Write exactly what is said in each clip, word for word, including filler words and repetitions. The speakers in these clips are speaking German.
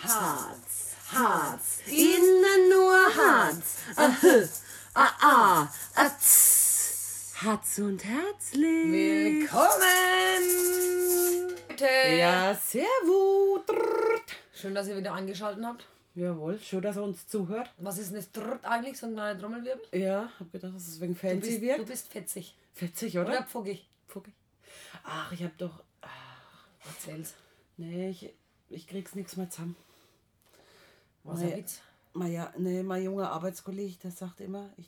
Harz, Harz, innen nur Harz. Ahö, ah, ah, atz. Harz und herzlich. Willkommen! Ja, servus. Schön, dass ihr wieder eingeschaltet habt. Jawohl, schön, dass er uns zuhört. Was ist denn das Trrrt eigentlich, so ein kleiner Trommelwirbel? Ja, hab gedacht, dass es wegen Du fancy bist, wird. du bist fetzig. Fetzig, oder? Oder pfuggig. Pfuckig. Ach, ich hab doch... Ach, Erzähl's. nee, ich, ich krieg's nichts mehr zusammen. Was Mein- ein Witz. Mein, ja, nee, mein junger Arbeitskollege, der sagt immer, ich,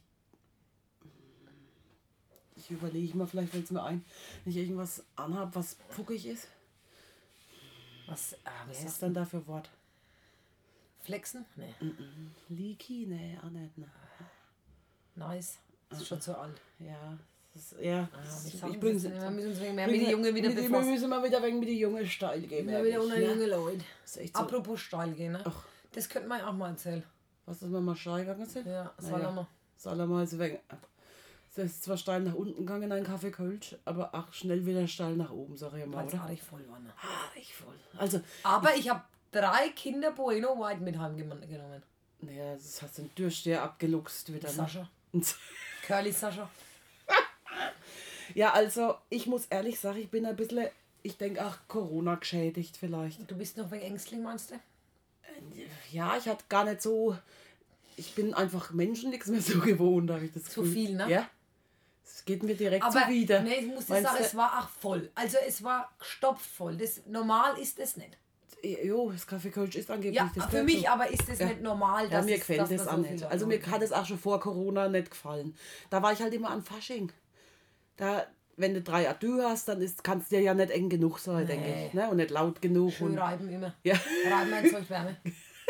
ich überlege mal, vielleicht fällt es mir ein, wenn ich irgendwas anhab, was pfuckig ist. Was, ah, was Was ist ist dann da für Wort? Flexen? Nee. Leaky? Nee, auch nicht. Ne. Nice. Das ist schon zu alt. Ja, das ist, ja. Ah, das- wir ich sagen bring's das nicht. nicht. Wir müssen uns wegen mehr Bring- mit den Jungen wieder mit, Wir befassen. müssen mal wieder wegen mit den Jungen steil gehen. Immer wieder ehrlich, unter ne? junge Leute. Das ist echt so. Apropos steil gehen, ne? Ach. Das könnte man ja auch mal erzählen. Was, dass wir mal steil gegangen sind? Ja, Na soll er mal. Soll er mal so wegen. Es ist zwar steil nach unten gegangen, ein Kaffee Kölsch, aber auch schnell wieder steil nach oben, sag ich mal, Weil es oder? haarig voll war. Ne? Haarig voll. Also, Aber ich habe drei Kinder Bueno White mit heimgenommen. naja, das hast du den Türsteher abgeluchst wieder. Ne? Sascha. Curly Sascha. Ja, also, ich muss ehrlich sagen, ich bin ein bisschen, ich denke, ach, Corona geschädigt vielleicht. Du bist noch wegen ängstlich, meinst du? Ja, ich hatte gar nicht so, ich bin einfach Menschen nichts mehr so gewohnt, habe ich das Zu Gefühl. viel, ne? Ja. Es geht mir direkt Aber zuwider. nee, ich muss dir Meinst sagen, du- es war auch voll. Also es war stopfvoll. Das, normal ist es nicht. Jo, das Kaffee Kölsch ist angeblich Ja, das für gehört mich so. aber ist es Ja. nicht normal, Ja, dass mir es, gefällt dass das da auch so nicht. viel Also Leute mir hat es auch schon vor Corona nicht gefallen. Da war ich halt immer an Fasching. Da, wenn du drei Adieu hast, dann ist, kannst du dir ja nicht eng genug sein, Nee. denke ich. Ne? Und nicht laut genug. Schön Und, reiben immer. ja. Reiben mein Zeug Wärme.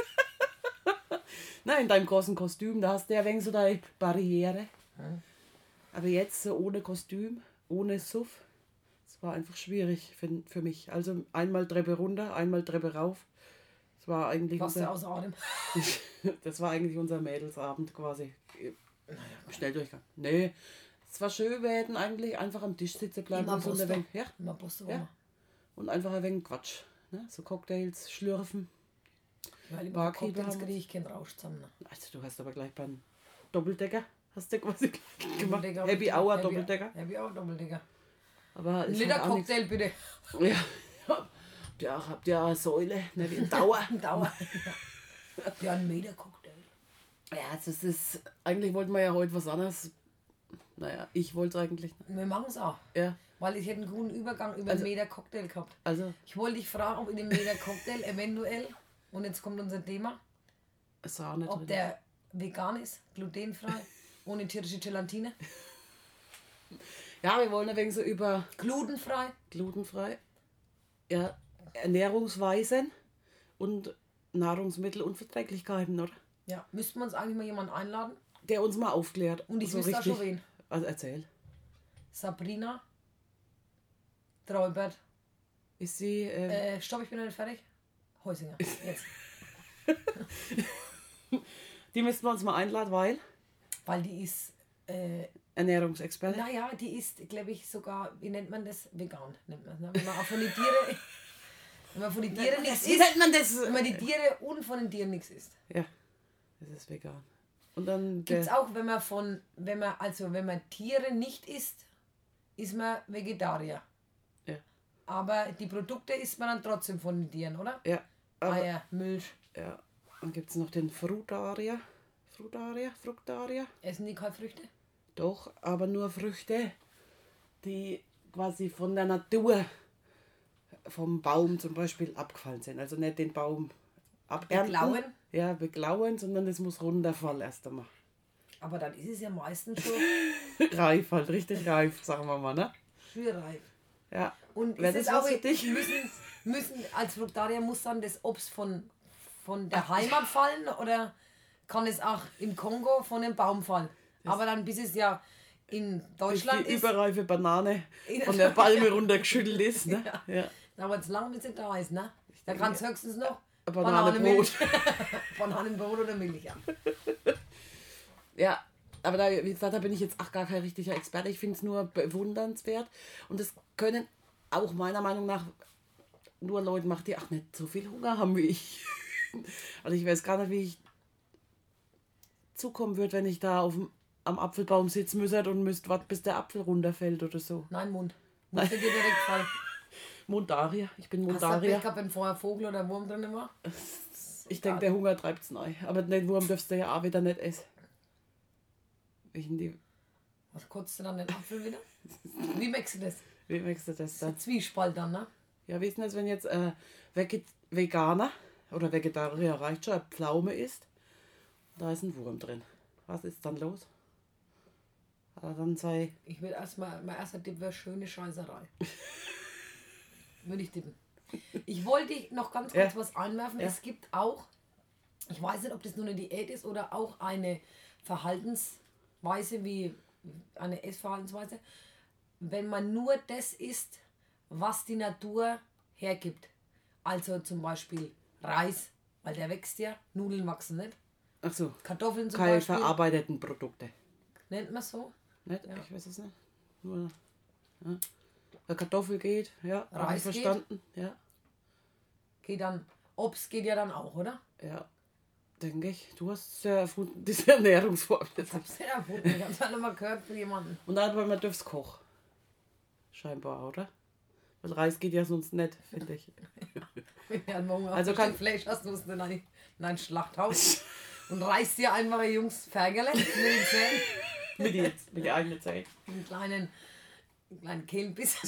Na, in deinem großen Kostüm, da hast du ja wenig so deine Barriere. Aber jetzt so ohne Kostüm, ohne Suff, es war einfach schwierig für, für mich. Also einmal Treppe runter, einmal Treppe rauf. Das war eigentlich Warst du unser, außer Atem? das war eigentlich unser Mädelsabend quasi. Schnelldurchgang. Nee, es war schön, wir hätten eigentlich einfach am Tisch sitzen bleiben Immer und, so ein Poster. wenig, ja, Immer Poster Ja. ja. und einfach ein wenig Quatsch. Ne? So Cocktails, schlürfen. Weil ich Barkeeper Cocktails haben wir- kriege ich keinen Rausch zusammen. Ne? Also du hast aber gleich beim Doppeldecker, hast du quasi gleich gemacht. Doppeldecker, Happy Hour Happy- Doppeldecker. Happy Hour Doppeldecker. Aber Ein ist Liter halt auch nichts. Cocktail bitte. Ja. Habt ihr auch, habt ihr auch eine Säule, ne, wie in Dauer. Dauer. Ja, ein Meter Cocktail. Ja, das ist, eigentlich wollten wir ja heute was anderes. Naja, ich wollte es eigentlich nicht. Wir machen es auch. Ja, Weil ich hätte einen guten Übergang über Also- einen Meter Cocktail gehabt. also, Ich wollte dich fragen, ob in dem Meter Cocktail eventuell, und jetzt kommt unser Thema, Sahne ob drin. der vegan ist, glutenfrei, ohne tierische Gelatine, Ja, wir wollen ein wenig so über glutenfrei. glutenfrei, ja, Ernährungsweisen und Nahrungsmittelunverträglichkeiten, oder? Ja, müssten wir uns eigentlich mal jemanden einladen? Der uns mal aufklärt. Und ich so wüsste auch richtig. schon wen. Also erzähl. Sabrina Treubert. Ist sie, äh, Äh, stopp, ich bin noch nicht fertig. Heusinger. Jetzt. die müssten wir uns mal einladen, weil Weil die ist, äh, Ernährungsexperte. naja, die ist, glaube ich, sogar, wie nennt man das? Vegan, nennt man es. Ne? Wenn man auch von den Tieren, wenn man von den Tieren nichts Wie isst, nennt man das? wenn man die Tiere und von den Tieren nichts isst. Ja, das ist vegan. Und dann Gibt es der, auch, wenn man von, wenn man, also wenn man Tiere nicht isst, ist man Vegetarier. Ja. Aber die Produkte isst man dann trotzdem von den Tieren, oder? ja, aber, Eier, Milch. ja. Dann gibt es noch den Frutarier. Frutarier? Fruktarier? Essen die keine Früchte? Doch, aber nur Früchte, die quasi von der Natur, vom Baum zum Beispiel abgefallen sind. Also nicht den Baum abernten. Beklauen? Ja, beklauen, sondern das muss runterfallen erst einmal. Aber dann ist es ja meistens schon Reif halt, richtig reif, sagen wir mal, ne? schürreif. Ja. Und Wäre ist es das auch, was für dich? müssen, müssen, als Fruktarier muss dann das Obst von, von der Heimat fallen oder kann es auch im Kongo von dem Baum fallen? Aber dann, bis es ja in Deutschland die ist, überreife Banane In- von der Palme runtergeschüttelt ist, ne? Ja. Ja. dauert es lang, bis sie da ist, ne? Da denke, kann es höchstens noch Ein Bananenbrot. Bananenbrot oder Milch, ja. Ja, aber da, wie gesagt, da bin ich jetzt auch gar kein richtiger Experte. Ich finde es nur bewundernswert. Und das können auch meiner Meinung nach nur Leute machen, die auch nicht so viel Hunger haben wie ich. Also ich weiß gar nicht, wie ich zukommen würde, wenn ich da auf dem, am Apfelbaum sitzen müsste und müsste warten, bis der Apfel runterfällt oder so. Nein, Mund. Mund dir direkt fallen. Mundaria, ich bin Hast du Mundaria. Pech gehabt, wenn vorher Vogel oder Wurm drin war? Ich denke, der Hunger treibt es rein. Aber den Wurm dürfst du ja auch wieder nicht essen. Welchen die... Was kotzt du dann den Apfel wieder? Wie merkst du das? Wie merkst du das Das ist dann? ein Zwiespalt dann, ne? Ja, wie ist denn das, wenn jetzt äh, Veget Veganer oder Vegetarier reicht schon, eine Pflaume isst, da ist ein Wurm drin. Was ist dann los? Aber dann sei... Ich will erstmal, mein erster Tipp wäre schöne Scheißerei. Würde ich tippen. Ich wollte noch ganz kurz Ja. was einwerfen. Ja. Es gibt auch, ich weiß nicht, ob das nur eine Diät ist oder auch eine Verhaltensweise, wie eine Essverhaltensweise, wenn man nur das isst, was die Natur hergibt. Also zum Beispiel Reis, weil der wächst ja, Nudeln wachsen nicht. Ach so, Kartoffeln zum keine Beispiel, verarbeiteten Produkte. nennt man so. Nicht? Ja. Ich weiß es nicht. Nur... Ja. Der Kartoffel geht, ja, habe ich Reis geht. verstanden. Ja, Geht dann, Obst geht ja dann auch, oder? ja, denke ich. Du hast es ja erfunden, diese Ernährungsform. Ich hab's ja erfunden, ich hab's alle mal gehört von jemandem. Und dann, weil man dürf's kochen. Scheinbar, oder? Weil Reis geht ja sonst nicht, finde ich. Also Also kann kann- Fleisch hast du es in ein, in ein Schlachthaus und reißt dir einfach ein Jungs Fergerle mit den Zähnen, mit, die, mit der eigenen Zeit. einen kleinen, einen kleinen Kehlenbiss.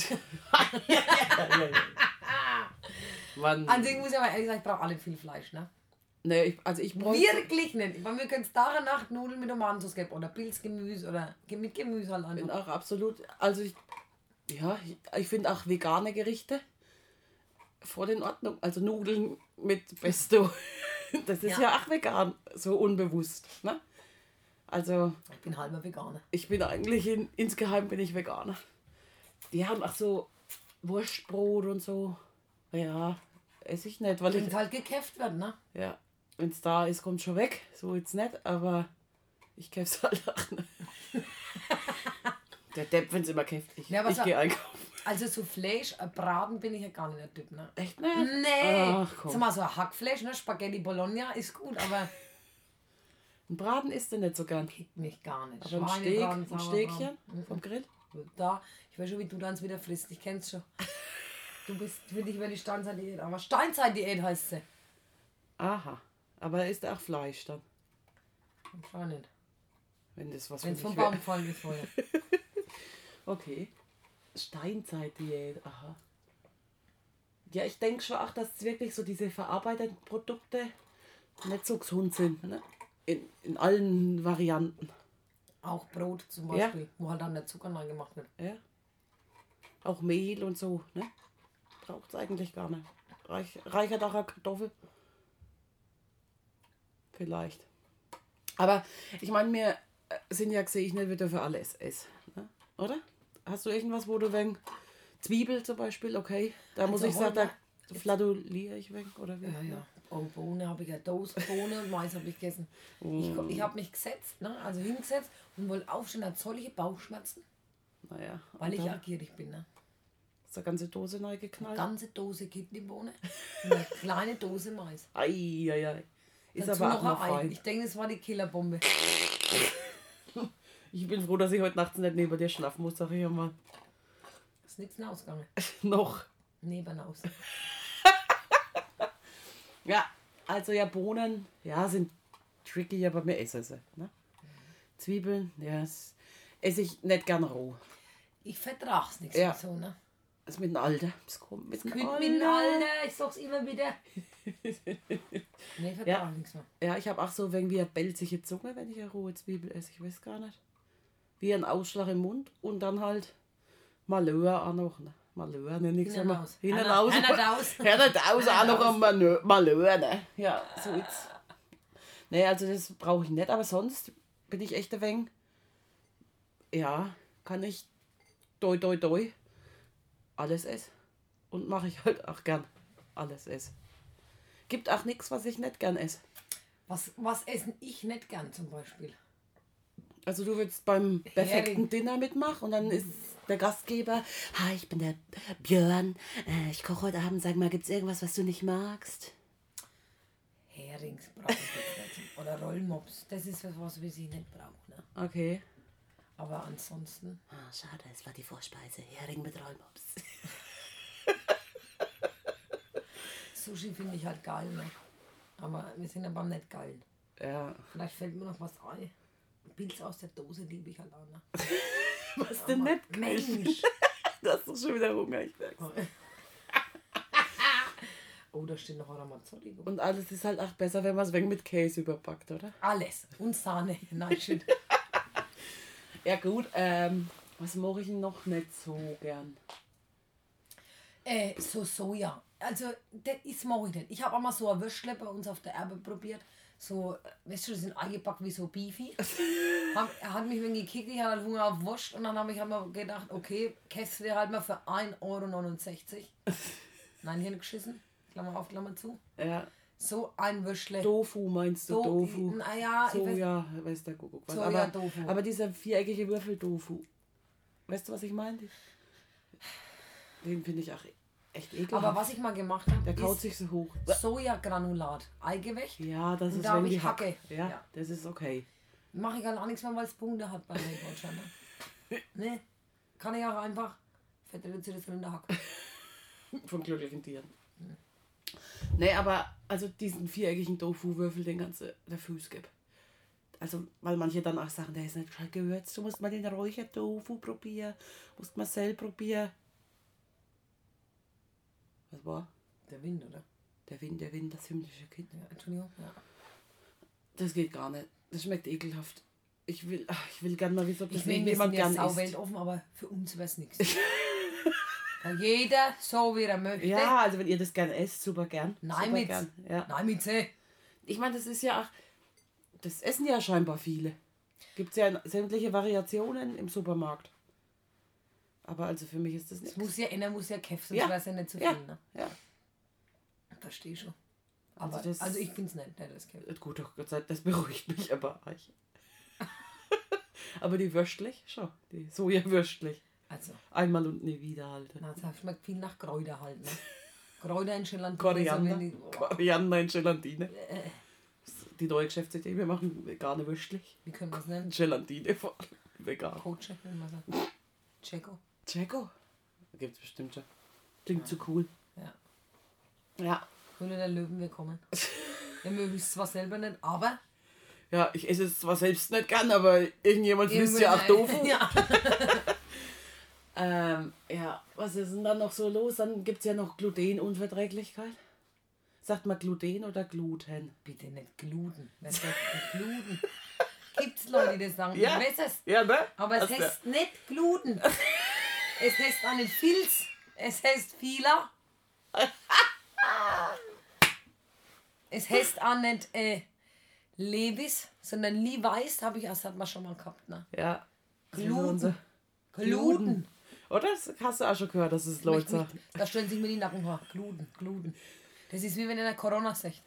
Mann. Ansonsten muss ich aber ehrlich sagen, ich brauche alle viel Fleisch, ne? Nee, ich, also ich bräuchte... Wirklich nicht. Weil wir können es Tag und Nacht Nudeln mit Tomatensauce geben oder Pilzgemüse oder mit Gemüse halt bin einfach. auch absolut... Also ich... Ja, ich, ich finde auch vegane Gerichte voll in Ordnung. Also Nudeln mit Pesto. Das ist Ja. ja, auch vegan. So unbewusst, ne? Also... Ich bin halber Veganer. Ich bin eigentlich in, insgeheim bin ich Veganer. Die haben auch so Wurstbrot und so. Ja, esse ich nicht, weil Wenn ich, es halt gekämpft wird, ne? ja, wenn es da ist, kommt schon weg. So jetzt nicht, aber ich kämpfe halt auch nicht. Der Depp, wenn es immer kämpft. Ich, Ja, aber ich so- gehe einkaufen. Also zu Fleisch, äh, Braten bin ich ja gar nicht der Typ, ne? Echt nicht? Nee! Ach, komm. Sag mal, so ein Hackfleisch, ne? Spaghetti Bologna ist gut, aber Ein Braten isst du nicht so gern. kickt mich gar nicht. Aber ein Steak, Schweinebraten, ein Sauerbraten. Steakchen vom Grill. Da, ich weiß schon, wie du dann wieder frisst. Ich kenn's schon. Du bist für dich über die Steinzeit-Diät, aber Steinzeit-Diät heißt sie. Aha. Aber isst auch Fleisch dann, Anscheinend. wenn das was Wenn es für vom mich Baum wäre. gefallen ist vorher. Okay. Steinzeit-Diät, aha. Ja, ich denke schon auch, dass wirklich so diese verarbeiteten Produkte nicht so gesund sind. Ne? In, in allen Varianten. Auch Brot zum Ja. Beispiel, wo halt dann der Zucker rein gemacht wird. Ja. Auch Mehl und so. Ne? Braucht es eigentlich gar nicht. Reich, reichert auch eine Kartoffel. Vielleicht. Aber ich meine, wir äh, sind ja gesegnet, wir dürfen alles essen. Ne? Oder? Hast du irgendwas, wo du wegen Zwiebel zum Beispiel, okay, da muss Also ich sagen, da heute- fladuliere ich weg, oder wie? Ja, ja. Oh, Bohne habe ich ja Dose, Bohne und Mais habe ich gegessen. Ich, ko- ich habe mich gesetzt, ne? Also hingesetzt und wollte aufstehen, hatte solche Bauchschmerzen, Naja, weil und ich dann ja gierig bin. Ne? ist die ganze Dose neu geknallt. Ganze Dose Kidneybohne und eine kleine Dose Mais. Ei, ei, ei. Ist Dazu aber auch noch noch ein Ei. fein. Ich denke, das war die Killerbombe. Ich bin froh, dass ich heute nachts nicht neben dir schlafen muss, sag ich ja mal. Ist nichts mehr ausgegangen. Noch. Nebenaus. Ja, also ja, Bohnen, ja, sind tricky, aber mir esse sie. Ne? Zwiebeln, ja, das esse ich nicht gern roh. Ich vertrag's nicht Ja. so, ne? Das ist mit dem Alter. Das kommt mit dem Künd mit dem Alter, ich sag's immer wieder. Nee, vertrag Ja. nichts mehr. Ja, ich habe auch so irgendwie eine belzige Zunge, wenn ich eine rohe Zwiebel esse. Ich weiß gar nicht. Wie ein Ausschlag im Mund und dann halt Malheur auch noch. Ne? Malheur, ne, nichts Hinten mehr. aus. Hinten Hanna- aus. Hanna Daus. Hinten aus auch noch Daus. ein Malheur- Malheur, ne? Ja, so jetzt. Nee, also das brauche ich nicht, aber sonst bin ich echt ein wenig, ja, kann ich doi doi doi alles essen. Und mache ich halt auch gern alles essen. Gibt auch nichts, was ich nicht gern esse. Was, was essen ich nicht gern zum Beispiel? Also du willst beim perfekten Hering. Dinner mitmachen und dann ist der Gastgeber, hi, ich bin der Björn, äh, ich koche heute Abend, sag mal, gibt's irgendwas, was du nicht magst? Dings brauche ich jetzt nicht. Oder Rollmops. Das ist was, was wir sie nicht brauchen. Ne? Okay. Aber ansonsten. Ah, schade, es war die Vorspeise. Hering mit Rollmops. Sushi finde ich halt geil, ne? Aber wir sind aber nicht geil. Ja. Vielleicht fällt mir noch was ein. Pilz aus der Dose liebe ich halt auch, ne? Was denn nicht? Mensch! Du hast doch schon wieder Hunger, ich merk's. Oh, da steht noch Ramazzoli. Und alles ist halt auch besser, wenn man es mit Käse überpackt, oder? Alles. Und Sahne. Nein, schön. Ja gut, ähm, was mache ich noch nicht so gern? Äh, so Soja. Also, das ist mache ich nicht. Ich habe einmal so ein Würstle bei uns auf der Erbe probiert. So, weißt du, die sind eingepackt wie so Beefy. Hab, er hat mich irgendwie gekickt, ich hatte halt Hunger auf Wurst und dann habe ich halt mal gedacht, okay, käst dir halt mal für ein Euro neunundsechzig. Nein, hier nicht geschissen. Klammer auf, Klammer zu. Ja. So ein Würstle. Tofu meinst du? Do- Tofu. Naja, ich weiß- Soja, weiß der Kuckuck was. Soja, aber, Tofu. aber dieser viereckige Würfel-Tofu. Weißt du, was ich meine? Den finde ich auch echt ekelhaft. Aber was ich mal gemacht habe, Der kaut ist sich so hoch. Sojagranulat. Eigewecht. Ja, das Und ist da hab wenn die ich Hacke. Ja, Ja. das ist okay. Mache ich halt auch nichts mehr, weil es Punkte hat bei mir in Deutschland. Ne? Ne? Kann ich auch einfach fett reduziertes Rinderhack. Von glücklichen Tieren. Nee, aber also diesen viereckigen Tofu-Würfel, den ganze der Fuß gibt. Also, weil manche dann auch sagen, der ist nicht gescheit gewürzt, du musst mal den Räuchertofu probieren, musst mal selber probieren. Was war? Der Wind, oder? Der Wind, der Wind, das himmlische Kind. Ja, Entschuldigung. Ja. Das geht gar nicht. Das schmeckt ekelhaft. Ich will, ach, ich will gerne mal wissen, ob das Ich meine, wir jemand sind ja gern sau isst. weltoffen, aber für uns wäre es nichts. Weil jeder so wie er möchte. Ja, also wenn ihr das gern esst, super gern. Nein, super mit. gern. Ja. Nein, mit C. Ich meine, das ist ja auch, das essen ja scheinbar viele. Gibt es ja sämtliche Variationen im Supermarkt. Aber also für mich ist das Es nicht. muss ja einer muss ja kämpfen, sonst Ja. wäre es ja nicht zu viel. Ja. Ne? Ja. Verstehe schon. Aber, Also also, das- ich finde es nicht, nicht das kämpfen. Gut, doch, Gott sei Dank, das beruhigt mich aber euch. Aber die würstlich, schon. Die Sojawürstlich. Also, Einmal und nie wieder halt. na, das schmeckt viel nach Kräuter halt. Ne? Kräuter in Gelatine. Koriander. So, wenn die- oh, Koriander in Gelatine. Die neue Geschäftsidee, wir machen vegane würstlich. wie können wir es nennen? Gelatine vor allem. Vegan. Coach, wenn man sagt. Checo. Checo. Gibt's bestimmt schon. Klingt zu cool. Ja. Ja. Höhle der Löwen, wir kommen. Wir mögen es zwar selber nicht, aber. Ja, ich esse es zwar selbst nicht gern, aber irgendjemand frisst ja auch Tofu. Ja. Ähm, ja, was ist denn dann noch so los? Dann gibt es ja noch Glutenunverträglichkeit. Sagt man Gluten oder Gluten? Bitte nicht Gluten. Wer sagt denn Gluten? Gibt es Leute, die das sagen? Ja. Ich weiß es. Ja, ne? Aber es Hast du- heißt nicht Gluten. Es heißt auch nicht Filz. Es heißt Fila. Es heißt auch nicht äh, Levis, sondern Levi's, habe ich erst hat man schon mal gehabt. Ne? Ja. Gluten. Gluten. Gluten. Oder? Das hast du auch schon gehört, dass es Leute Möchte mich- sagen. Da stellen sich mir die Nackenhaare. Gluten, Gluten. Das ist wie wenn ihr Corona sagt.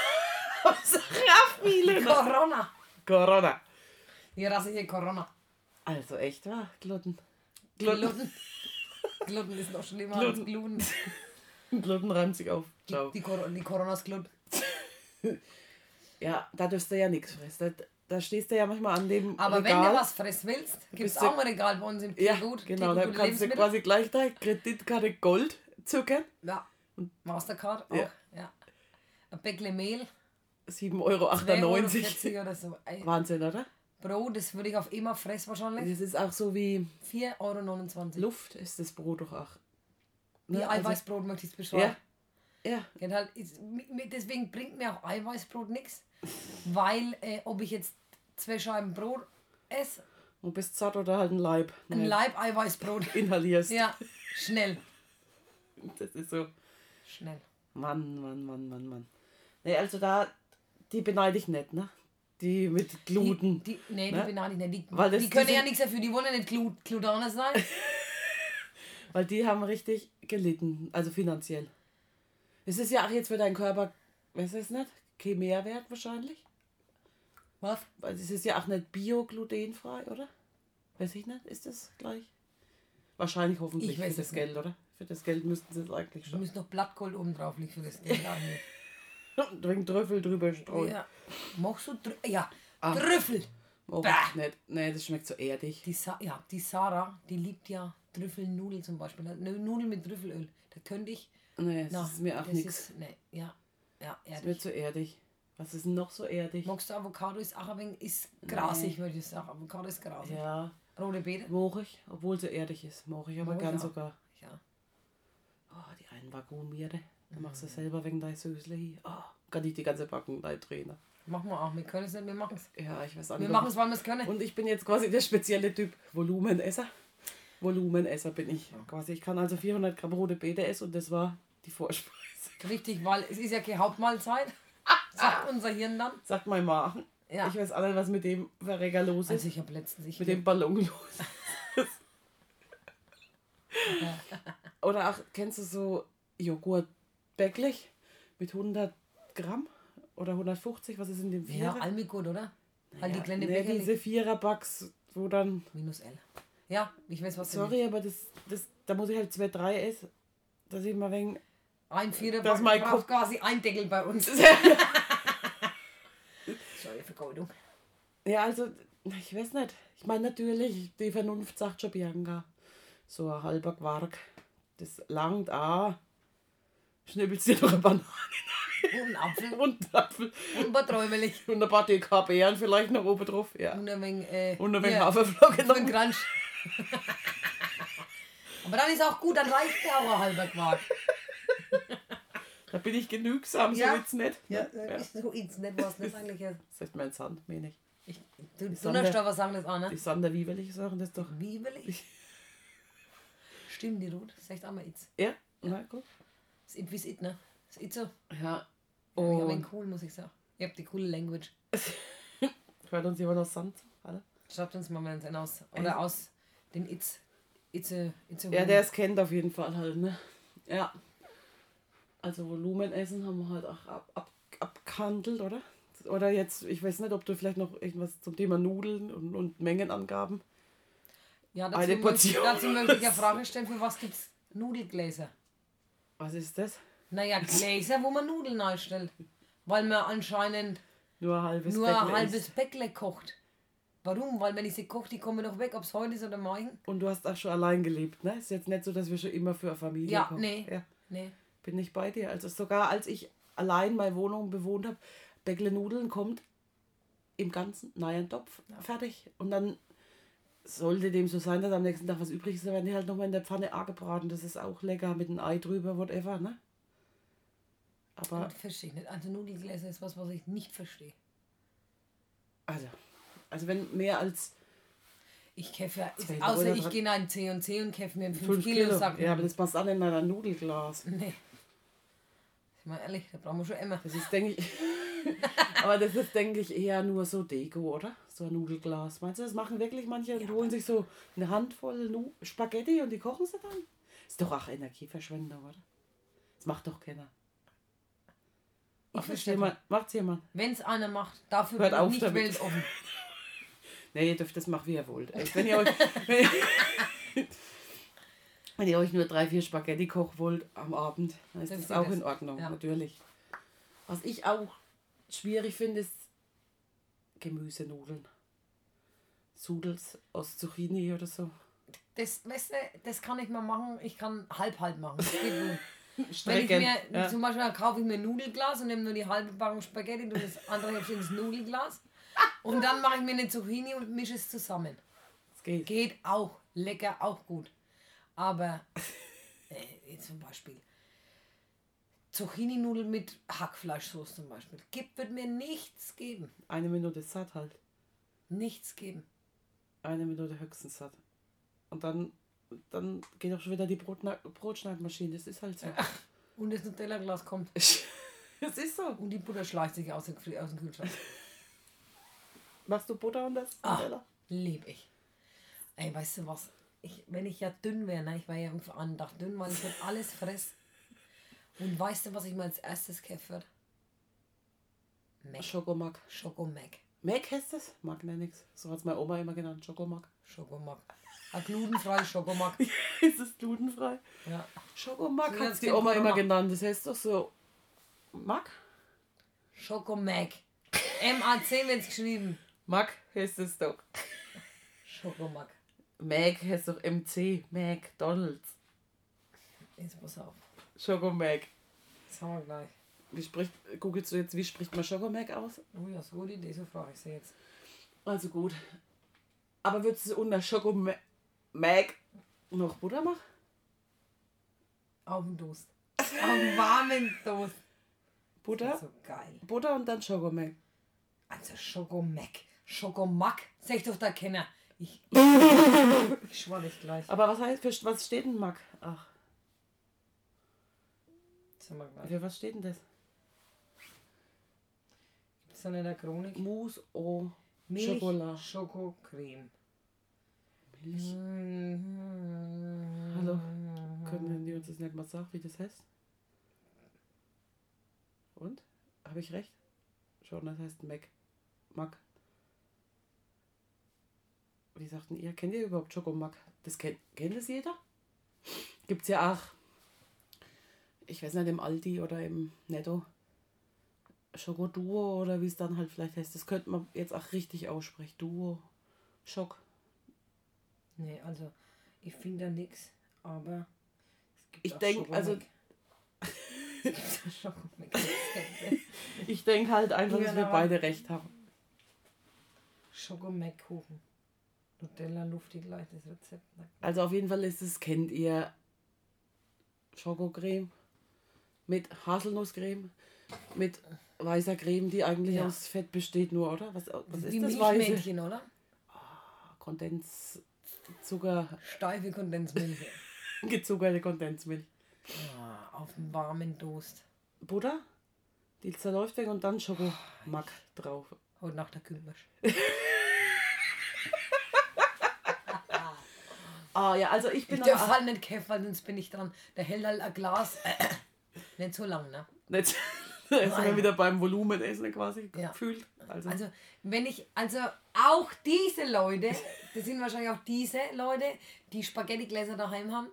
Ja, viele. Corona. Corona. Die rassige Corona. Also echt, wa? Gluten. Gluten. Gluten ist noch schlimmer Gluten. als Gluten. Gluten reimt sich auf. Ciao. Die, Cor die Coronas Gluten. Ja, da dürfst du ja nichts fressen. Da, da stehst du ja manchmal an dem Aber Regal. wenn du was fressen willst, gibt es bist du- auch ein Regal bei uns im Ja, Tiergut. genau. Da Tiergut kannst du Lebensmittel. quasi gleich deine Kreditkarte Gold zuckern. Ja. Mastercard auch. Ja. Ja. Ein Päckle Mehl. sieben Euro zwei Euro achtundneunzig. vierzig oder so. Ey, Wahnsinn, oder? Brot, das würde ich auf immer fressen wahrscheinlich. Das ist auch so wie vier Euro neunundzwanzig. Luft, ist das Brot doch auch. Wie Ne, also- Eiweißbrot möchte ich es beschreiben. Ja. Geht halt, ist, mi- mi- deswegen bringt mir auch Eiweißbrot nichts. Weil, äh, ob ich jetzt zwei Scheiben Brot esse, Du bist satt oder halt ein Leib. ein Ne, Leib Eiweißbrot. Inhalierst. Ja, schnell. Das ist so. Schnell. Mann, Mann, Mann, Mann, Mann. Ne, also da, die beneide ich nicht, ne? Die mit Gluten. Die, die, nee, Ne? die beneide ich nicht. Die, Weil das- die können die ja sind- nichts dafür, die wollen ja nicht Glu Glutaner sein. Weil die haben richtig gelitten, also finanziell. Es ist ja auch jetzt für deinen Körper, weiß ich es nicht, kein Mehrwert wahrscheinlich. Was? Weil es ist ja auch nicht bio-glutenfrei, oder? Weiß ich nicht, ist das gleich? Wahrscheinlich hoffentlich Ich weiß für es das Geld, oder? Für das Geld müssten sie es eigentlich Du schon. müsst noch Blattgold oben drauf liegen für das Ding. da hier. Und wegen Trüffel drüber streuen. Ja. Machst du Trüffel? Ja, Ah. Trüffel. Oh, Bäh. nicht. Nee, das schmeckt so erdig. Die, Sa ja, die Sarah, die liebt ja Trüffelnudeln zum Beispiel. Ne, Nudeln mit Trüffelöl. Da könnte ich... Nee, das Na, ist mir auch das nichts. ist- Nee, ja. Ja, Das wird ehrlich. so erdig. Was ist denn noch so erdig? Magst du Avocado? Ist auch ein wenig ist grasig, würde ich sagen. Avocado ist grasig. Ja, Rote Beete? moch ich, obwohl sie erdig ist. Moch ich aber Moch ich gern auch. sogar. Ja. Oh, die einen Vakuumiere. Da machst du Mhm. selber wegen dein Sösle hin. Oh, kann ich die ganze Backen dein Trainer. Machen wir auch. Wir können es nicht, wir machen es. Ja, ich weiß auch Wir nicht. machen es, weil wir es können. Und ich bin jetzt quasi der spezielle Typ Volumenesser. Volumenesser bin ich. Quasi, ich kann also vierhundert Gramm rote Beete essen und das war die Vorspeise. Richtig, weil es ist ja keine Hauptmahlzeit. Sagt unser Hirn dann. Sagt mein Magen. Ja. Ich weiß alle, was mit dem Verrecker los ist. Also ich habe letztens... Ich Mit dem Ballon los ist. Oder auch, kennst du so Joghurt-Bäcklich mit hundert Gramm oder hundertfünfzig? Was ist in dem ja, Vierer? Almigut, oder? Halt die Ja, kleine nee, Bäckerli. diese Vierer-Bugs, wo dann... Minus L. Ja, ich weiß, was du Sorry, aber das, das, da muss ich halt zwei, drei essen, dass ich mal wegen... Ein Vierer Das mein braucht quasi ein Deckel bei uns. Sorry, Vergeudung. Ja, also, ich weiß nicht. Ich meine natürlich, die Vernunft sagt schon Bianca. So ein halber Quark, das langt auch. Schnippelst dir noch eine Banane Und ein Apfel. und einen Apfel Und ein paar Träumelich. und ein paar D K Beeren vielleicht noch oben drauf. Ja. Und ein wenig, äh, Und ein wenig hier, Haferflocken für den noch. Crunch. Aber dann ist auch gut, dann reicht mir auch ein halber Quark. Da bin ich genügsam, so Ja. jetzt nicht. Ja, so ins nicht, was das eigentlich ist. Das heißt mein Sand, meine ich. Ich, du, Sander- Dunderstoffer sagen das auch, Die ne? Sander, wie will ich sagen, das doch. Wie will ich? Stimmt, die Ruth. Sagt auch mal Itz. Ja, na gut. Das ist It wie's It, ne? Das ist It so. Ja. Ja, Und bin cool, muss ich sagen. Ihr habt die coole Language. hört uns jemand aus Sand? Alle? Schreibt uns mal einen aus. Oder aus den Itz. Itze, Itze Ja, der es kennt auf jeden Fall halt, ne? Ja. Also Volumenessen haben wir halt auch ab, ab, abgehandelt, oder? Oder jetzt, ich weiß nicht, ob du vielleicht noch irgendwas zum Thema Nudeln und, und Mengenangaben. Ja, dazu, Eine möchte, Portion. dazu möchte ich ja Fragen stellen, für was gibt es Nudelgläser? Was ist das? Naja, Gläser, wo man Nudeln einstellt. Weil man anscheinend Nur ein halbes nur ein Bäckle halbes isst. Bäckle kocht. Warum? Weil wenn ich sie koche, die kommen doch weg, ob es heute ist oder morgen. Und du hast auch schon allein gelebt, ne? Ist jetzt nicht so, dass wir schon immer für eine Familie Ja, kochen. nee. Ja, Nee. bin ich bei dir. Also sogar als ich allein meine Wohnung bewohnt habe, Bäckle Nudeln kommt im Ganzen neuen Topf, fertig. Und dann sollte dem so sein, dass am nächsten Tag was übrig ist, dann werden die halt nochmal in der Pfanne angebraten. Das ist auch lecker mit einem Ei drüber, whatever, ne? Aber, Das verstehe ich nicht. Also Nudelgläser ist was, was ich nicht verstehe. also, also wenn mehr als Ich käfe ja, Zwei außer Euro ich dran. gehe in einen C und C und käfe mir einen fünf fünf Kilo, Kilo, Sack. ja, aber das passt an in einer Nudelglas. Nee. Ich mal ehrlich, da brauchen wir schon immer. Das ist, denke ich, aber das ist, denke ich, eher nur so Deko, oder? So ein Nudelglas. Meinst du, das machen wirklich manche und holen sich so eine Handvoll Nu- Spaghetti und die kochen sie dann? Ist doch auch Energieverschwendung, oder? Das macht doch keiner. Ich Macht verstehe jemand? Macht's jemand? Wenn es einer macht, dafür Hört bin ich auf nicht damit. weltoffen. Nee, ihr dürft das machen, wie ihr wollt. Also wenn, ihr euch, wenn, ihr, wenn ihr euch nur drei, vier Spaghetti kochen wollt am Abend, dann ist Das das, geht auch das. in Ordnung, Ja. natürlich. Was ich auch schwierig finde, ist Gemüsenudeln. Sudels aus Zucchini oder so. Das, weißt du, das kann ich mal machen. Ich kann halb-halb machen. Das geht gut. Wenn ich Strecken, mir, ja. zum Beispiel dann kaufe ich mir ein Nudelglas und nehme nur die halbe Packung Spaghetti und das andere hebe ich ins Nudelglas. Und dann mache ich mir eine Zucchini und mische es zusammen. Das geht. Geht auch. Lecker, auch gut. Aber äh, jetzt zum Beispiel Zucchini-Nudeln mit Hackfleischsoße zum Beispiel. Gibt, wird mir nichts geben. Eine Minute satt halt. Nichts geben. Eine Minute höchstens satt. Und dann, dann geht auch schon wieder die Brotna- Brotschneidmaschine. Das ist halt so. Und das Nutella-Glas kommt. Es ist so. Und die Butter schleicht sich aus dem, Fri- aus dem Kühlschrank. Machst du Butter und das? Ah. Nutella? Lieb ich. Ey, weißt du was? Ich, wenn ich ja dünn wäre, ne? Ich war ja von Andacht dünn, weil ich halt alles fress. Und weißt du, was ich mal als erstes kaufen würde? Mac. Schokomack. Schokomac. Mac heißt das? Mag ne nix. So hat es meine Oma immer genannt. Schokomack. Schokomac. Ein glutenfrei Schokomac. Ist es glutenfrei? Ja. Schokomack So hat hat's die den Oma immer Schokomack. genannt. Das heißt doch so Mack? Schokomac. M A C wird geschrieben. Mac heißt es doch. Schokomac. Mac heißt doch M C. McDonalds. Jetzt pass auf. Schokomac. Das haben wir gleich. Wie spricht, googelst du jetzt, wie spricht man Schokomac aus? Oh ja, so gute Idee, so frage ich sie jetzt. Also gut. Aber würdest du unter Schokomac noch Butter machen? Auf dem Toast. Auf dem warmen Toast. Butter? Das ist so geil. Butter und dann Schokomac. Also Schokomac. Schokomac. Sag ich doch da Kenner. Ich, ich schwör dich gleich. Aber was heißt, für, was steht denn Mac? Ach, Das haben wir gleich. für was steht denn das? Ist das in der Chronik? Mousse au Milch, Schokolade. Schokocreme. Milch. Hallo. Können die uns das nicht mal sagen, wie das heißt? Und? Habe ich recht? Schon, das heißt Mac. Mac. Wie sagten ihr? Kennt ihr überhaupt Schokomac? Das kennt, kennt das jeder? Gibt's ja auch, ich weiß nicht, im Aldi oder im Netto. Schokoduo oder wie es dann halt vielleicht heißt. Das könnte man jetzt auch richtig aussprechen. Duo. Schock. Nee, also ich finde da nichts, aber es gibt Ich auch denk, also- Schokomac. Es gibt auch Schokomac. Ich denke halt einfach, Ja, dass wir aber- beide recht haben. Schokomac-Kuchen. Nutella luftig leicht das Rezept. Also auf jeden Fall ist es, kennt ihr Schokocreme mit Haselnusscreme, mit weißer Creme, die eigentlich Ja. aus Fett besteht nur, oder? Was, was ist Wie das weiße? Milchmännchen, oder? Kondens, Zucker, Steife Kondensmilch. gezuckerte Kondensmilch. Ah, auf dem warmen Toast. Butter, die zerläuft weg und dann Schokomac drauf. Heute Nacht der Kühlmisch. Ah ja, also ich bin Ich aber darf auch halt nicht kämpfen, weil sonst bin ich dran. Der hält halt ein Glas. Nicht so lang, ne? nicht, da ist man Nein. wieder beim Volumenessen quasi Ja. gefühlt. Also, Also, wenn ich, also auch diese Leute, das sind wahrscheinlich auch diese Leute, die Spaghetti-Gläser daheim haben,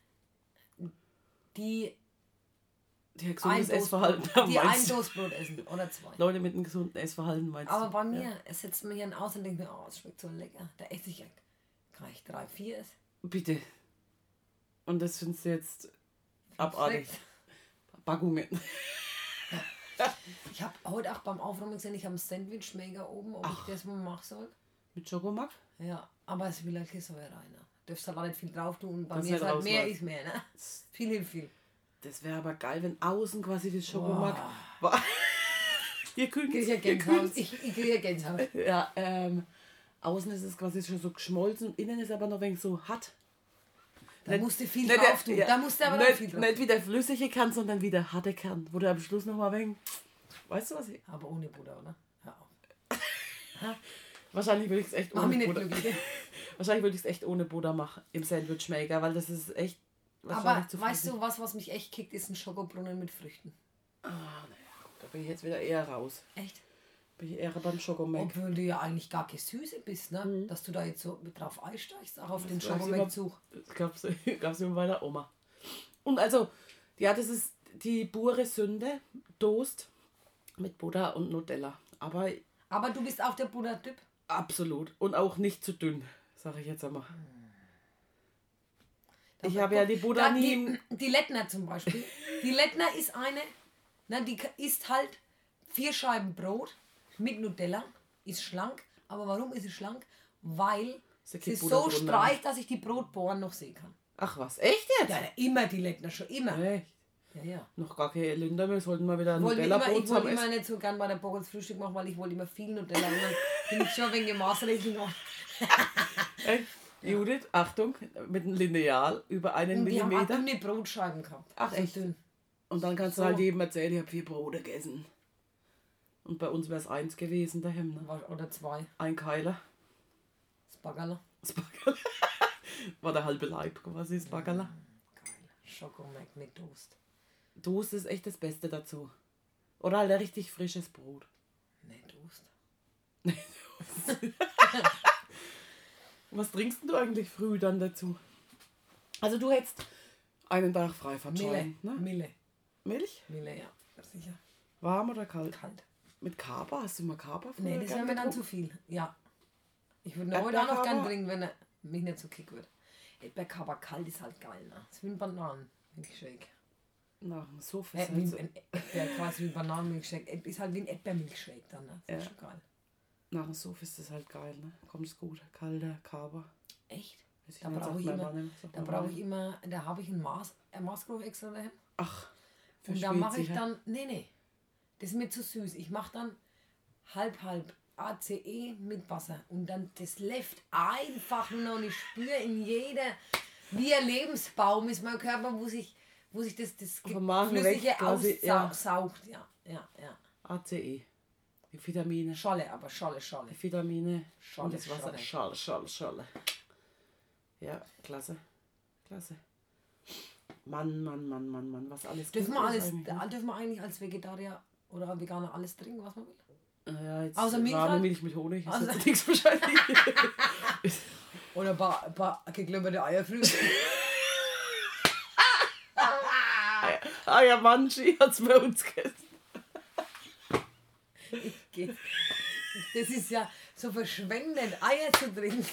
die die ein ein gesundes Essverhalten Toastbrot, haben, die ein meinst du? Toastbrot essen oder zwei. Leute mit einem gesunden Essverhalten meinst Aber du? bei mir, Ja. es setzt mir hier aus und denkt mir, oh, es schmeckt so lecker. Da esse ich ja gleich drei, vier. Ist. Bitte. Und das findest du jetzt abartig. Sechs. Packungen. Ich habe heute auch beim Aufräumen gesehen, ich habe ein Sandwich mega oben, ob ich das mal machen soll. Mit Schokomac? Ja, aber es will halt keine Säure rein. Ne? Du darfst halt auch nicht viel drauf tun. Und bei Dass mir nicht ist halt mehr rausläuft. ist mehr. Ne? Viel hilft viel. Das wäre aber geil, wenn außen quasi das Schokomac war. Ihr kühlt Ich kriege ja Gänsehaut. Ich, ich kriege ja Gänsehaut. Ja, ähm, außen ist es quasi schon so geschmolzen und innen ist aber noch ein wenig so hart. Da Nicht- musst du viel nicht drauf der- tun. ja, Da musst du aber noch nicht, viel drauf nicht wie der flüssige Kern, sondern wie der harte Kern, wo du am Schluss noch mal wegen. Weißt du was ich? Aber ohne Butter, oder? Hör auf. Wahrscheinlich würde ich es echt Mach ohne mich nicht Butter. glücklich. Wahrscheinlich würde ich es echt ohne Butter machen im Sandwich Maker, weil das ist echt. Aber wahrscheinlich zu weißt flüssig. du, was, was mich echt kickt, ist ein Schokobrunnen mit Früchten. Ah, naja, da bin ich jetzt wieder eher raus. Echt? Bin ich eher beim Schokomac. Obwohl du ja eigentlich gar keine Süße bist, ne? Mhm. Dass du da jetzt so mit drauf einsteigst, auch auf den Das weiß ich Schokomilchzug. Das gab's, gab's immer bei der Oma. Und also, ja, das ist die pure Sünde. Toast mit Butter und Nutella. Aber Aber du bist auch der Buttertyp. absolut. Und auch nicht zu dünn, sage ich jetzt einmal. Ich Da- habe ja die Butter da, nie. die, im- die Lettner zum Beispiel. Die Lettner ist eine, na, die k- isst halt vier Scheiben Brot mit Nutella, ist schlank. Aber warum ist sie schlank? Weil Sie sie kriegt ist Butter so drunter. streich, dass ich die Brotbohren noch sehen kann. Ach was, echt jetzt? Ja, immer die Lettner, schon immer. Echt? Ja, ja. Noch gar keine Länder, wir sollten mal wieder ein Ich wollte immer, Nutella-Brot ich wollte zusammen immer essen. nicht so gern bei der Bockels Frühstück machen, weil ich wollte immer viel Nutella. Und dann bin ich schon wegen Maßregeln gemacht. Echt? Judith, Achtung, mit einem Lineal über einen Und die haben auch Millimeter. dünne Brotscheiben gehabt. Ach, So echt? dünn. Und dann kannst So. du halt jedem erzählen, ich habe vier Brote gegessen. Und bei uns wäre es eins gewesen daheim. Ne? War- Oder zwei. Ein Keiler. Das Baggerler. Das Backerl. War der halbe Leib quasi, das Backerl. Geil. Schokomac mit Toast. Toast ist echt das Beste dazu. Oder halt ein richtig frisches Brot. Nee, Toast. Was trinkst denn du eigentlich früh dann dazu? Also du hättest einen Tag frei von Mille. Schein, ne? Mille. Milch? Mille, ja. Sicher. Warm oder kalt? Kalt. mit Kaba. Hast du mal Kaba früher Nee, das wäre gern mir dann getrunken? zu viel. Ja. Ich würde ihn heute auch noch gern trinken, wenn er mich nicht so kick wird. Erdbeerkaba kalt ist halt geil, ne? Das ist wie ein Bananenmilchshake. Nach dem Suff Äh, ist wie halt so. ein Erdbeerkaba ist wie ein Bananenmilchshake. Ist halt wie ein Erdbeermilchshake dann, ne? Das ist Ja. schon geil. Nach dem Suff ist das halt geil, ne? Kommt es gut. Kalter Kaba. Echt? Weiß ich Da nicht, brauche sagt ich meine immer, Mama, sagt da meine brauche Mama. ich immer, da habe ich ein Maß, ein Maßkrug extra daheim. Ach, für Und da mache ich Schweizer. dann, nee, nee, das ist mir zu süß. Ich mache dann halb, halb A C E mit Wasser. Und dann, das läuft einfach nur noch. Und ich spüre in jeder, wie ein Lebensbaum ist mein Körper, wo sich, wo sich das, das Vom Magen Flüssige weg quasi, ja. aussaugt. Ja, ja, ja. A C E. Die Vitamine. Scholle, aber Scholle, Scholle. Die Vitamine. Scholle, und das Wasser. Scholle, Scholle, Scholle. Ja, klasse. Klasse. Mann, Mann, Mann, Mann, Mann. Was alles Dürfen gut wir, ist alles, eigentlich, ne? dürfen wir eigentlich als Vegetarier oder Veganer alles trinken, was man will? Ja, jetzt Außer Milch warme halt? Milch mit Honig. Ist Außer- jetzt nichts wahrscheinlich. Oder ein paar, ein paar geklöpperte Eierfrüchte. Ah ja, Manchi hat's bei uns gegessen. Geht. Das ist ja so verschwendet, Eier zu trinken.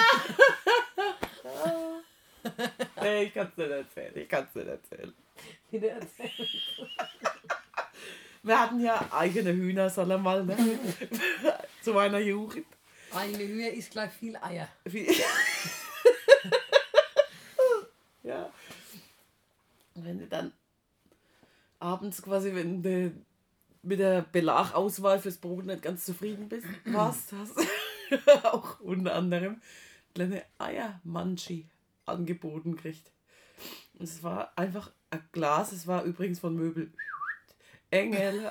Nee, ich kann's nicht erzählen. Ich kann's nicht erzählen. Wieder erzählen. Wir hatten ja eigene Hühner, soll er mal, ne? Zu meiner Jugend. Eine Höhe ist gleich viel Eier. Wie ja. Und wenn du dann abends quasi, wenn du mit der Belagauswahl fürs Brot nicht ganz zufrieden bist, warst, hast du auch unter anderem kleine Eiermanchi angeboten gekriegt. Und es war einfach ein Glas, es war übrigens von Möbel Engel.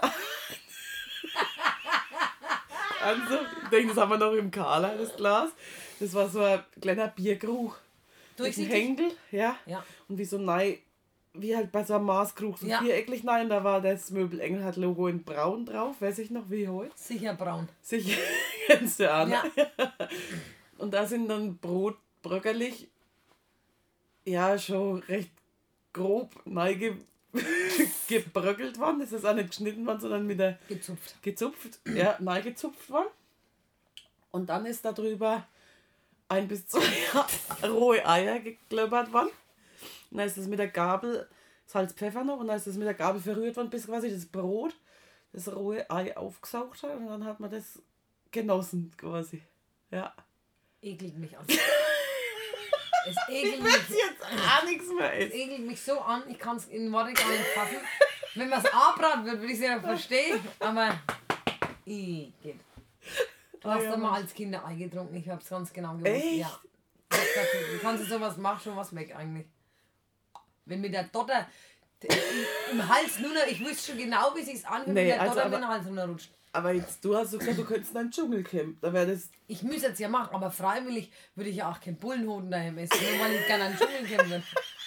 Also, ich denke, das haben wir noch im Kala, das Glas. Das war so ein kleiner Bierkrug. Mit einem Durchsichtig? Henkel, ja. Ja. Und wie so nei, wie halt bei so einem Maßkrug, so Ja. viereckig, nein, da war das Möbel Engel hat Logo in braun drauf, weiß ich noch wie heute. Sicher braun. Sicher, kennst du an. Ja. Und da sind dann Brot bröckerlich, ja, schon recht grob neige gebröckelt worden. Das ist auch nicht geschnitten worden, sondern mit der Gezupft. gezupft, ja, neu gezupft worden. Und dann ist da drüber ein bis zwei rohe Eier geklöppert worden. Und dann ist das mit der Gabel, Salz, Pfeffer noch, und dann ist das mit der Gabel verrührt worden, bis quasi das Brot, das rohe Ei aufgesaugt hat. Und dann hat man das genossen quasi. Ja. Ekelt mich an. Es ekelt mich, Jetzt auch nichts mehr es ist. ekelt mich so an, ich kann es in Worte gar nicht fassen. Wenn man es anbraten wird, würde ich es ja verstehen, aber ekelt. Du hast ja, doch mal Mann. als Kind ein Ei getrunken, ich habe es ganz genau gewusst. Echt? Ja. Du kannst du sowas machen, schon was weg eigentlich. Wenn mir der Dotter d- im, im Hals nur noch, ich wüsste schon genau, wie sich's anfühlt, Nee, wenn der also Dotter aber- mir den Hals runterrutscht. Aber jetzt, du hast so gesagt, du könntest in ein Dschungelcamp. Da wäre das. Ich müsste es ja machen, aber freiwillig würde ich ja auch keinen Bullenhoden daheim essen, nur weil ich gerne einen Dschungel kämpfen würde.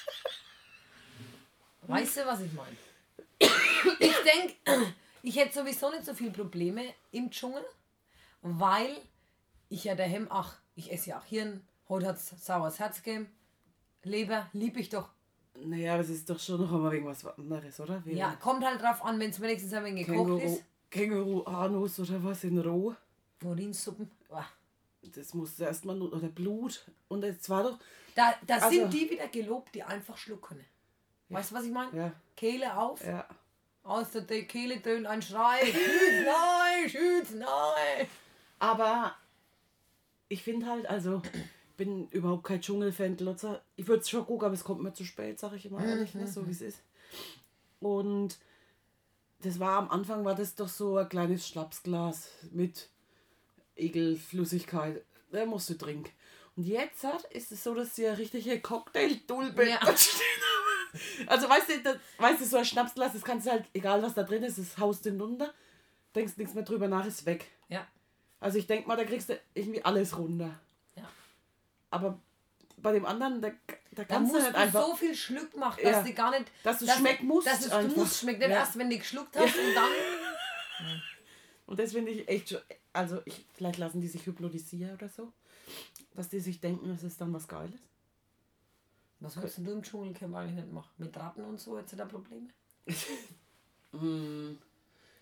Weißt du, was ich meine? Ich denke, ich hätte sowieso nicht so viele Probleme im Dschungel, weil ich ja daheim, ach, ich esse ja auch Hirn, heute hat es saures Herz gegeben, Leber, lieb ich doch. Naja, aber es ist doch schon noch einmal irgendwas anderes, oder? Wie Ja, kommt halt drauf an, wenn es wenigstens ein wenig gekocht Känguru, ist. Känguru-Anus oder was in roh. Urinsuppen. Oh. Das musst du erstmal nur. Oder Blut. Und es war doch. Da, da Also- sind die wieder gelobt, die einfach schlucken. Weißt du, was ich meine? Ja, Kehle auf, ja. aus der De- Kehle tönt ein Schrei. Schütz, nein, schütz, nein. Aber ich finde halt, also, ich bin überhaupt kein Dschungelfan, Lotzer. Ich würde es schon gucken, aber es kommt mir zu spät, sag ich immer ehrlich, ne? So wie es ist. Und das war am Anfang, war das doch so ein kleines Schnapsglas mit Ekelflüssigkeit. Da musst du trinken. Und jetzt hat, ist es so, dass sie eine richtige Cocktail-Dulbe Ja. da stehen haben. Also weißt du, das, weißt du, so ein Schnapsglas, das kannst du halt, egal was da drin ist, das haust du runter, denkst nichts mehr drüber nach, ist weg. Ja, Also ich denke mal, da kriegst du irgendwie alles runter. ja. Aber bei dem anderen, da, da Da kannst du musst nicht du einfach... so viel Schluck machen, dass Ja. du gar nicht... Dass du schmecken musst Dass es, du einfach. musst schmecken, nicht Ja. erst wenn du geschluckt hast und dann... Und das finde ich echt schon... Also ich, vielleicht lassen die sich hypnotisieren oder so. Dass die sich denken, das ist dann was Geiles. Was willst denn du im Dschungelcamp eigentlich nicht machen? Mit Ratten und so, jetzt da Probleme? Hm,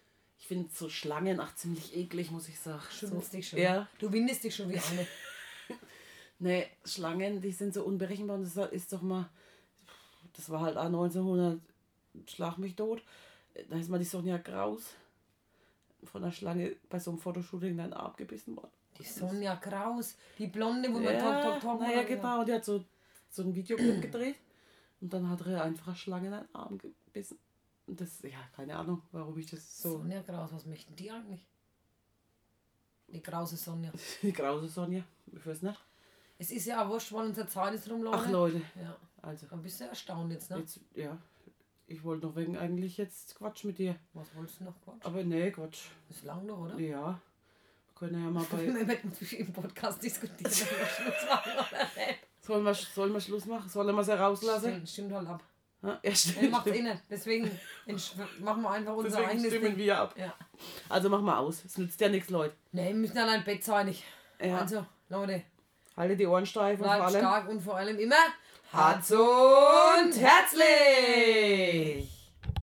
Ich finde so Schlangen auch ziemlich eklig, muss ich sagen. Schüttelst so, dich schon. Ja. Du windest dich schon wie eine. Nee, Schlangen, die sind so unberechenbar. Und das ist doch mal, das war halt auch neunzehnhundert, schlag mich tot. Da ist mal die Sonja Kraus von der Schlange bei so einem Fotoshooting in den Arm gebissen worden. Die Sonja Kraus, die Blonde, wo man Ja, Tok Tok Tok naja, macht. genau. Und die hat so, so ein Videoclip gedreht. Und dann hat er einfach eine Schlange in den Arm gebissen. Und das, ja, keine Ahnung, warum ich das so... Sonja Kraus, was möchten die eigentlich? Die Krause Sonja. Die Krause Sonja, ich weiß nicht. Es ist ja auch wurscht, weil unsere Zeit ist rumlaufen. Ach Leute, Ja, also, dann bist du erstaunt jetzt, ne? jetzt, ja, ich wollte noch wegen eigentlich jetzt Quatsch mit dir. Was wolltest du noch Quatsch? Aber nee, Quatsch. Ist lang noch, oder? Ja, wir können ja mal bei... Wir werden im Podcast diskutieren, ob wir Schluss machen oder nicht. Sollen wir, sollen wir Schluss machen? Sollen wir es herauslassen? Stimmt, stimmt halt ab. Ja, Er stimmt. macht eh nicht. Deswegen entsch- machen wir einfach unser Deswegen eigenes stimmen Ding. wir ab. Ja. Also machen wir aus. Es nützt ja nichts, Leute. Ne, wir müssen an ein Bett sein. Ich. Ja. Also, Leute, Haltet die Ohren steif und vor bleibt allem... stark und vor allem immer Herz und herzlich!